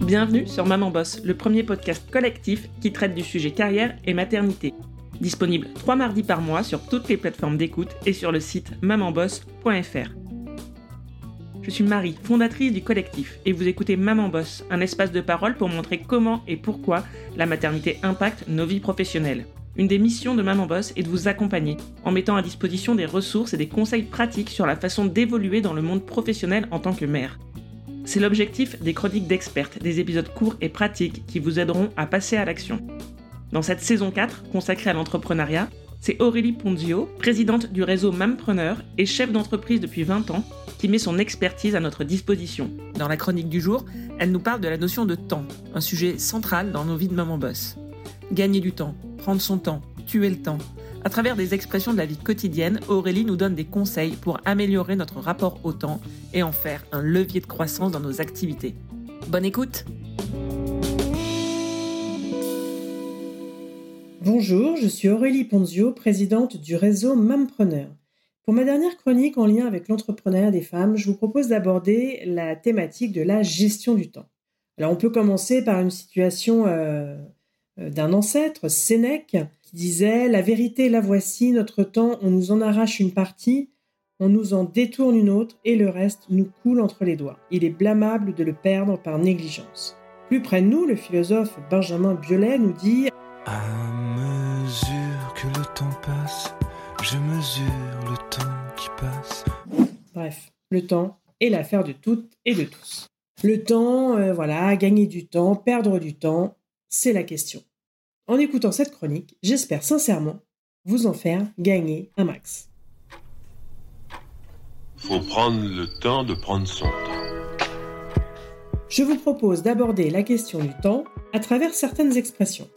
Bienvenue sur Maman Boss, le premier podcast collectif qui traite du sujet carrière et maternité. Disponible 3 mardis par mois sur toutes les plateformes d'écoute et sur le site mamanboss.fr. Je suis Marie, fondatrice du collectif, et vous écoutez Maman Boss, un espace de parole pour montrer comment et pourquoi la maternité impacte nos vies professionnelles. Une des missions de Maman Boss est de vous accompagner, en mettant à disposition des ressources et des conseils pratiques sur la façon d'évoluer dans le monde professionnel en tant que mère. C'est l'objectif des chroniques d'expertes, des épisodes courts et pratiques qui vous aideront à passer à l'action. Dans cette saison 4, consacrée à l'entrepreneuriat, c'est Aurélie Ponzio, présidente du réseau Mampreneur et chef d'entreprise depuis 20 ans, qui met son expertise à notre disposition. Dans la chronique du jour, elle nous parle de la notion de temps, un sujet central dans nos vies de maman boss. Gagner du temps, prendre son temps, tuer le temps. À travers des expressions de la vie quotidienne, Aurélie nous donne des conseils pour améliorer notre rapport au temps et en faire un levier de croissance dans nos activités. Bonne écoute! Bonjour, je suis Aurélie Ponzio, présidente du réseau Mampreneur. Pour ma dernière chronique en lien avec l'entrepreneuriat des femmes, je vous propose d'aborder la thématique de la gestion du temps. Alors on peut commencer par une situation d'un ancêtre, Sénèque, qui disait « La vérité, la voici, notre temps, on nous en arrache une partie, on nous en détourne une autre et le reste nous coule entre les doigts. Il est blâmable de le perdre par négligence. » Plus près de nous, le philosophe Benjamin Biolay nous dit « À mesure que le temps passe, je mesure le temps qui passe. » Bref, le temps est l'affaire de toutes et de tous. Le temps, gagner du temps, perdre du temps, c'est la question. En écoutant cette chronique, j'espère sincèrement vous en faire gagner un max. Faut prendre le temps de prendre son temps. Je vous propose d'aborder la question du temps à travers certaines expressions.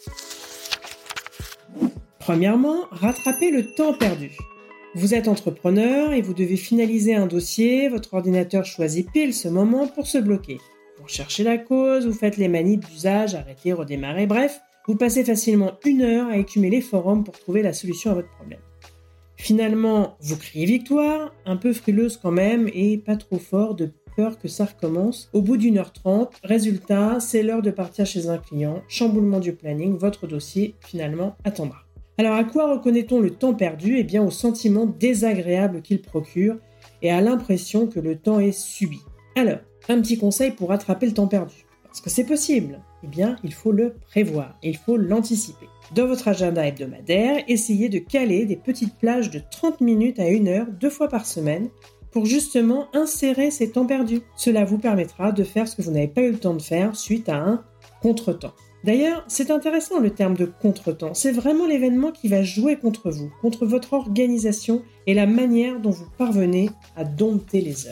Premièrement, rattraper le temps perdu. Vous êtes entrepreneur et vous devez finaliser un dossier, votre ordinateur choisit pile ce moment pour se bloquer. Vous recherchez la cause, vous faites les manips d'usage, arrêter, redémarrer, bref, vous passez facilement 1 heure à écumer les forums pour trouver la solution à votre problème. Finalement, vous criez victoire, un peu frileuse quand même et pas trop fort de peur que ça recommence. Au bout d'1h30, résultat, c'est l'heure de partir chez un client, chamboulement du planning, votre dossier finalement attendra. Alors à quoi reconnaît-on le temps perdu ? Eh bien au sentiment désagréable qu'il procure et à l'impression que le temps est subi. Alors, un petit conseil pour rattraper le temps perdu. Parce que c'est possible, eh bien il faut le prévoir, il faut l'anticiper. Dans votre agenda hebdomadaire, essayez de caler des petites plages de 30 minutes à 1 heure, 2 fois par semaine, pour justement insérer ces temps perdus. Cela vous permettra de faire ce que vous n'avez pas eu le temps de faire suite à un contretemps. D'ailleurs, c'est intéressant le terme de contretemps. C'est vraiment l'événement qui va jouer contre vous, contre votre organisation et la manière dont vous parvenez à dompter les heures.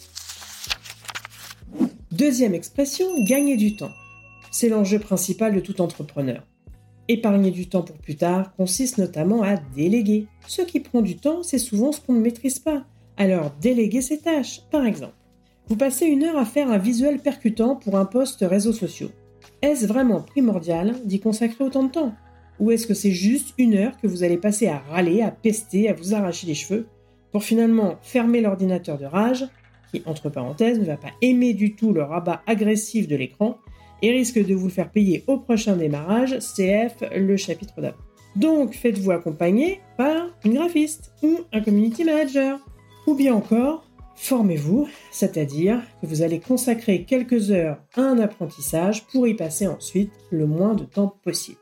Deuxième expression, gagner du temps. C'est l'enjeu principal de tout entrepreneur. Épargner du temps pour plus tard consiste notamment à déléguer. Ce qui prend du temps, c'est souvent ce qu'on ne maîtrise pas. Alors, déléguez ces tâches. Par exemple, vous passez 1 heure à faire un visuel percutant pour un post réseaux sociaux. Est-ce vraiment primordial d'y consacrer autant de temps ? Ou est-ce que c'est juste 1 heure que vous allez passer à râler, à pester, à vous arracher les cheveux pour finalement fermer l'ordinateur de rage, qui, entre parenthèses, ne va pas aimer du tout le rabat agressif de l'écran et risque de vous faire payer au prochain démarrage, CF, le chapitre d'avant. Donc, faites-vous accompagner par une graphiste ou un community manager. Ou bien encore, formez-vous, c'est-à-dire que vous allez consacrer quelques heures à un apprentissage pour y passer ensuite le moins de temps possible.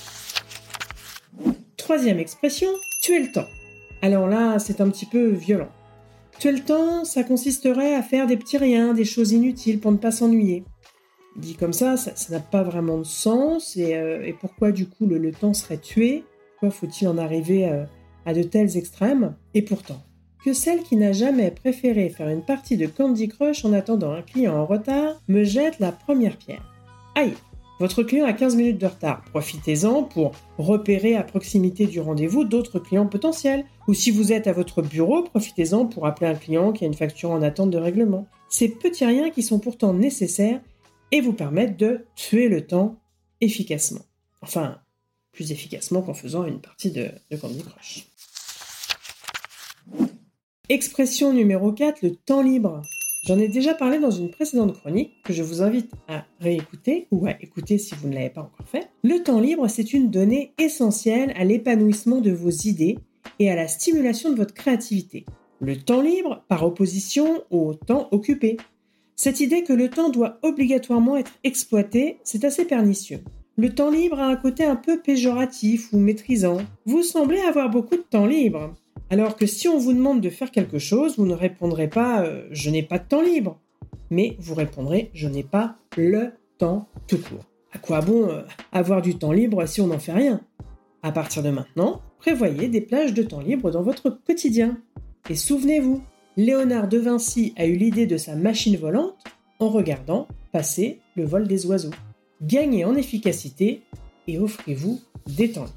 Troisième expression, tuer le temps. Alors là, c'est un petit peu violent. Tuer le temps, ça consisterait à faire des petits riens, des choses inutiles pour ne pas s'ennuyer. Dit comme ça n'a pas vraiment de sens. Et pourquoi du coup le temps serait tué ? Pourquoi faut-il en arriver à de tels extrêmes ? Et pourtant, que celle qui n'a jamais préféré faire une partie de Candy Crush en attendant un client en retard me jette la première pierre. Aïe, votre client a 15 minutes de retard. Profitez-en pour repérer à proximité du rendez-vous d'autres clients potentiels. Ou si vous êtes à votre bureau, profitez-en pour appeler un client qui a une facture en attente de règlement. Ces petits riens qui sont pourtant nécessaires et vous permettent de tuer le temps efficacement. Enfin, plus efficacement qu'en faisant une partie de Candy Crush. Expression numéro 4, le temps libre. J'en ai déjà parlé dans une précédente chronique que je vous invite à réécouter ou à écouter si vous ne l'avez pas encore fait. Le temps libre, c'est une donnée essentielle à l'épanouissement de vos idées et à la stimulation de votre créativité. Le temps libre par opposition au temps occupé. Cette idée que le temps doit obligatoirement être exploité, c'est assez pernicieux. Le temps libre a un côté un peu péjoratif ou maîtrisant. Vous semblez avoir beaucoup de temps libre. Alors que si on vous demande de faire quelque chose, vous ne répondrez pas « je n'ai pas de temps libre », mais vous répondrez « je n'ai pas le temps tout court ». À quoi bon avoir du temps libre si on n'en fait rien ? À partir de maintenant, prévoyez des plages de temps libre dans votre quotidien. Et souvenez-vous, Léonard de Vinci a eu l'idée de sa machine volante en regardant passer le vol des oiseaux. Gagnez en efficacité et offrez-vous des temps libres.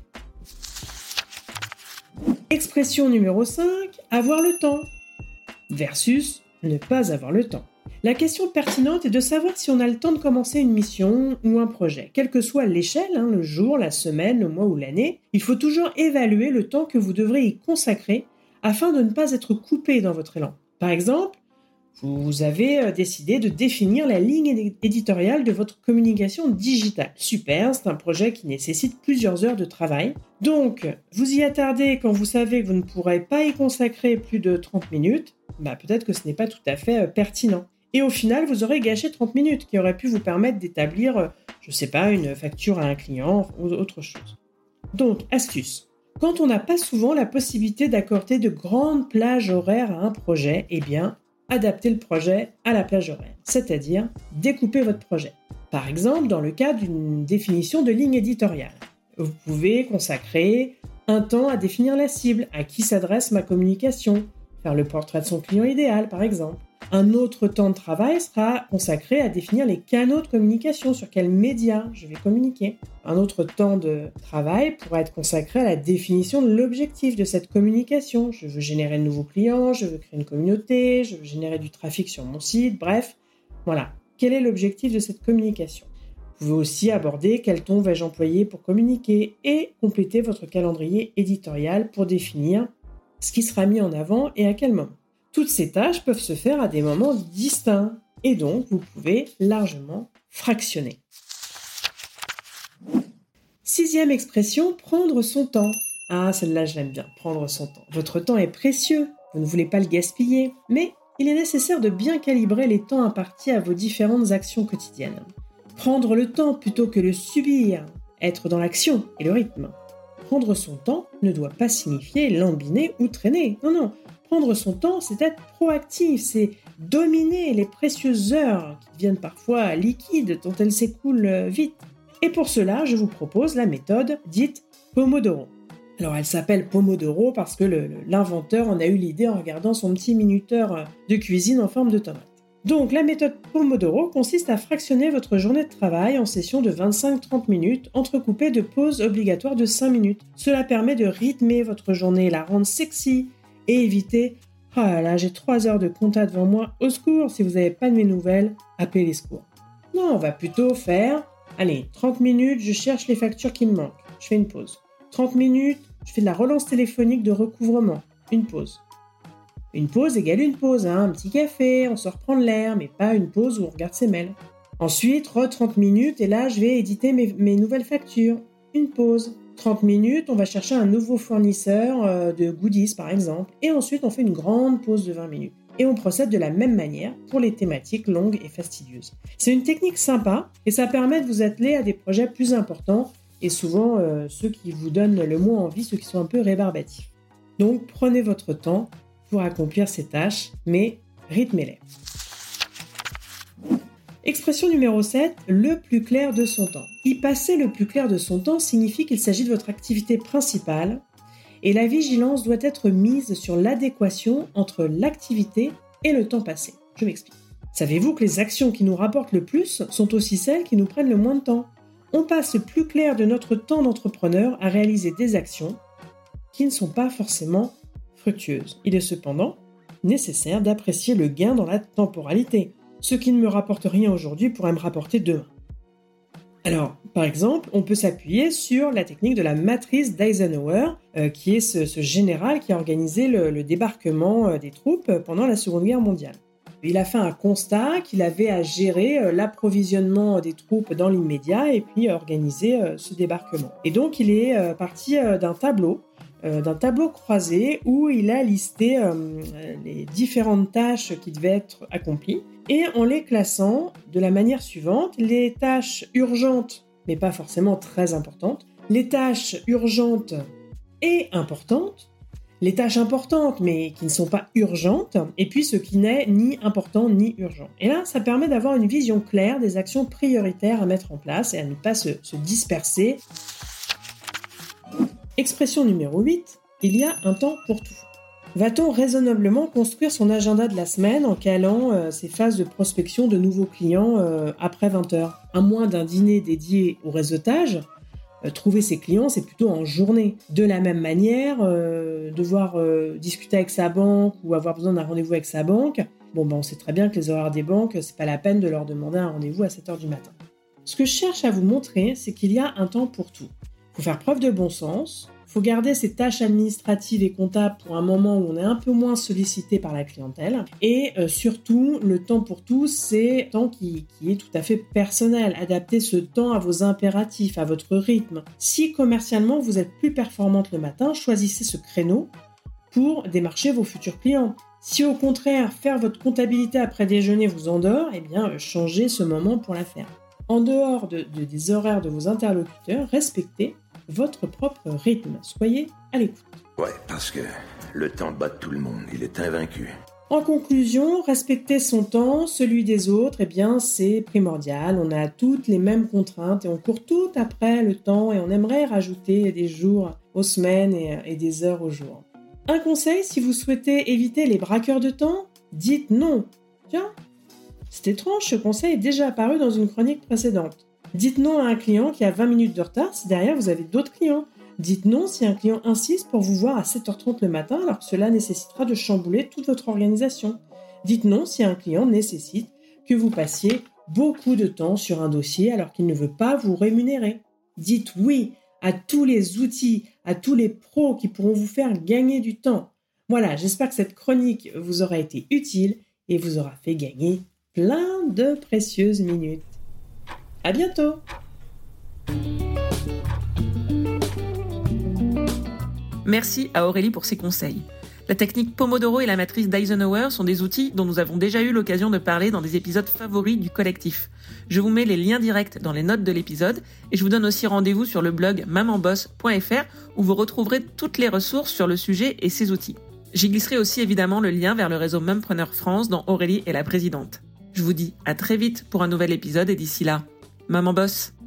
Expression numéro 5, avoir le temps versus ne pas avoir le temps. La question pertinente est de savoir si on a le temps de commencer une mission ou un projet. Quelle que soit l'échelle, le jour, la semaine, le mois ou l'année, il faut toujours évaluer le temps que vous devrez y consacrer afin de ne pas être coupé dans votre élan. Par exemple, vous avez décidé de définir la ligne éditoriale de votre communication digitale. Super, c'est un projet qui nécessite plusieurs heures de travail. Donc, vous y attardez quand vous savez que vous ne pourrez pas y consacrer plus de 30 minutes. Peut-être que ce n'est pas tout à fait pertinent. Et au final, vous aurez gâché 30 minutes qui auraient pu vous permettre d'établir, une facture à un client ou autre chose. Donc, astuce. Quand on n'a pas souvent la possibilité d'accorder de grandes plages horaires à un projet, adaptez le projet à la plage horaire, c'est-à-dire découpez votre projet. Par exemple, dans le cas d'une définition de ligne éditoriale, vous pouvez consacrer un temps à définir la cible, à qui s'adresse ma communication, faire le portrait de son client idéal par exemple. Un autre temps de travail sera consacré à définir les canaux de communication, sur quels médias je vais communiquer. Un autre temps de travail pourra être consacré à la définition de l'objectif de cette communication. Je veux générer de nouveaux clients, je veux créer une communauté, je veux générer du trafic sur mon site, bref. Voilà, quel est l'objectif de cette communication ? Vous pouvez aussi aborder quel ton vais-je employer pour communiquer et compléter votre calendrier éditorial pour définir ce qui sera mis en avant et à quel moment. Toutes ces tâches peuvent se faire à des moments distincts et donc vous pouvez largement fractionner. 6e expression, prendre son temps. Ah, celle-là je l'aime bien, prendre son temps. Votre temps est précieux, vous ne voulez pas le gaspiller, mais il est nécessaire de bien calibrer les temps impartis à vos différentes actions quotidiennes. Prendre le temps plutôt que le subir, être dans l'action et le rythme. Prendre son temps ne doit pas signifier lambiner ou traîner, non. Prendre son temps, c'est être proactif, c'est dominer les précieuses heures qui deviennent parfois liquides dont elles s'écoulent vite. Et pour cela, je vous propose la méthode dite Pomodoro. Alors elle s'appelle Pomodoro parce que l'inventeur en a eu l'idée en regardant son petit minuteur de cuisine en forme de tomate. Donc la méthode Pomodoro consiste à fractionner votre journée de travail en sessions de 25-30 minutes, entrecoupées de pauses obligatoires de 5 minutes. Cela permet de rythmer votre journée, la rendre sexy, et éviter « Ah là, j'ai 3 heures de compta devant moi, au secours, si vous n'avez pas de mes nouvelles, appelez les secours. » Non, on va plutôt faire « Allez, 30 minutes, je cherche les factures qui me manquent, je fais une pause. 30 minutes, je fais de la relance téléphonique de recouvrement, une pause. » Une pause égale une pause, un petit café, on sort prendre l'air, mais pas une pause où on regarde ses mails. Ensuite, 30 minutes, et là, je vais éditer mes nouvelles factures, une pause. 30 minutes, on va chercher un nouveau fournisseur de goodies par exemple, et ensuite on fait une grande pause de 20 minutes. Et on procède de la même manière pour les thématiques longues et fastidieuses. C'est une technique sympa et ça permet de vous atteler à des projets plus importants et souvent ceux qui vous donnent le moins envie, ceux qui sont un peu rébarbatifs. Donc prenez votre temps pour accomplir ces tâches, mais rythmez-les. Expression numéro 7, le plus clair de son temps. Y passer le plus clair de son temps signifie qu'il s'agit de votre activité principale et la vigilance doit être mise sur l'adéquation entre l'activité et le temps passé. Je m'explique. Savez-vous que les actions qui nous rapportent le plus sont aussi celles qui nous prennent le moins de temps ? On passe le plus clair de notre temps d'entrepreneur à réaliser des actions qui ne sont pas forcément fructueuses. Il est cependant nécessaire d'apprécier le gain dans la temporalité. Ce qui ne me rapporte rien aujourd'hui pourrait me rapporter demain. Alors, par exemple, on peut s'appuyer sur la technique de la matrice d'Eisenhower, qui est ce général qui a organisé le débarquement des troupes pendant la Seconde Guerre mondiale. Il a fait un constat qu'il avait à gérer l'approvisionnement des troupes dans l'immédiat et puis organiser ce débarquement. Et donc il est parti d'un tableau croisé où il a listé les différentes tâches qui devaient être accomplies et en les classant de la manière suivante: les tâches urgentes mais pas forcément très importantes, les tâches urgentes et importantes, les tâches importantes mais qui ne sont pas urgentes, et puis ce qui n'est ni important ni urgent. Et là, ça permet d'avoir une vision claire des actions prioritaires à mettre en place et à ne pas se disperser. Expression numéro 8, il y a un temps pour tout. Va-t-on raisonnablement construire son agenda de la semaine en calant ses phases de prospection de nouveaux clients après 20h? À moins d'un dîner dédié au réseautage, trouver ses clients, c'est plutôt en journée. De la même manière, devoir discuter avec sa banque ou avoir besoin d'un rendez-vous avec sa banque, on sait très bien que les horaires des banques, c'est pas la peine de leur demander un rendez-vous à 7h du matin. Ce que je cherche à vous montrer, c'est qu'il y a un temps pour tout. Il faut faire preuve de bon sens, il faut garder ses tâches administratives et comptables pour un moment où on est un peu moins sollicité par la clientèle. Et surtout, le temps pour tout, c'est un temps qui est tout à fait personnel. Adaptez ce temps à vos impératifs, à votre rythme. Si commercialement, vous êtes plus performante le matin, choisissez ce créneau pour démarcher vos futurs clients. Si au contraire, faire votre comptabilité après déjeuner vous endort, changez ce moment pour la faire. En dehors des horaires de vos interlocuteurs, respectez votre propre rythme. Soyez à l'écoute. Ouais, parce que le temps bat tout le monde, il est invaincu. En conclusion, respecter son temps, celui des autres, c'est primordial. On a toutes les mêmes contraintes et on court tout après le temps et on aimerait rajouter des jours aux semaines et des heures aux jours. Un conseil, si vous souhaitez éviter les braqueurs de temps, dites non. Tiens, c'est étrange, ce conseil est déjà apparu dans une chronique précédente. Dites non à un client qui a 20 minutes de retard si derrière vous avez d'autres clients. Dites non si un client insiste pour vous voir à 7h30 le matin alors que cela nécessitera de chambouler toute votre organisation. Dites non si un client nécessite que vous passiez beaucoup de temps sur un dossier alors qu'il ne veut pas vous rémunérer. Dites oui à tous les outils, à tous les pros qui pourront vous faire gagner du temps. Voilà, j'espère que cette chronique vous aura été utile et vous aura fait gagner plein de précieuses minutes. À bientôt! Merci à Aurélie pour ses conseils. La technique Pomodoro et la matrice d'Eisenhower sont des outils dont nous avons déjà eu l'occasion de parler dans des épisodes favoris du collectif. Je vous mets les liens directs dans les notes de l'épisode et je vous donne aussi rendez-vous sur le blog mamanboss.fr où vous retrouverez toutes les ressources sur le sujet et ses outils. J'y glisserai aussi évidemment le lien vers le réseau Mompreneur France dont Aurélie est la présidente. Je vous dis à très vite pour un nouvel épisode et d'ici là, Maman Boss!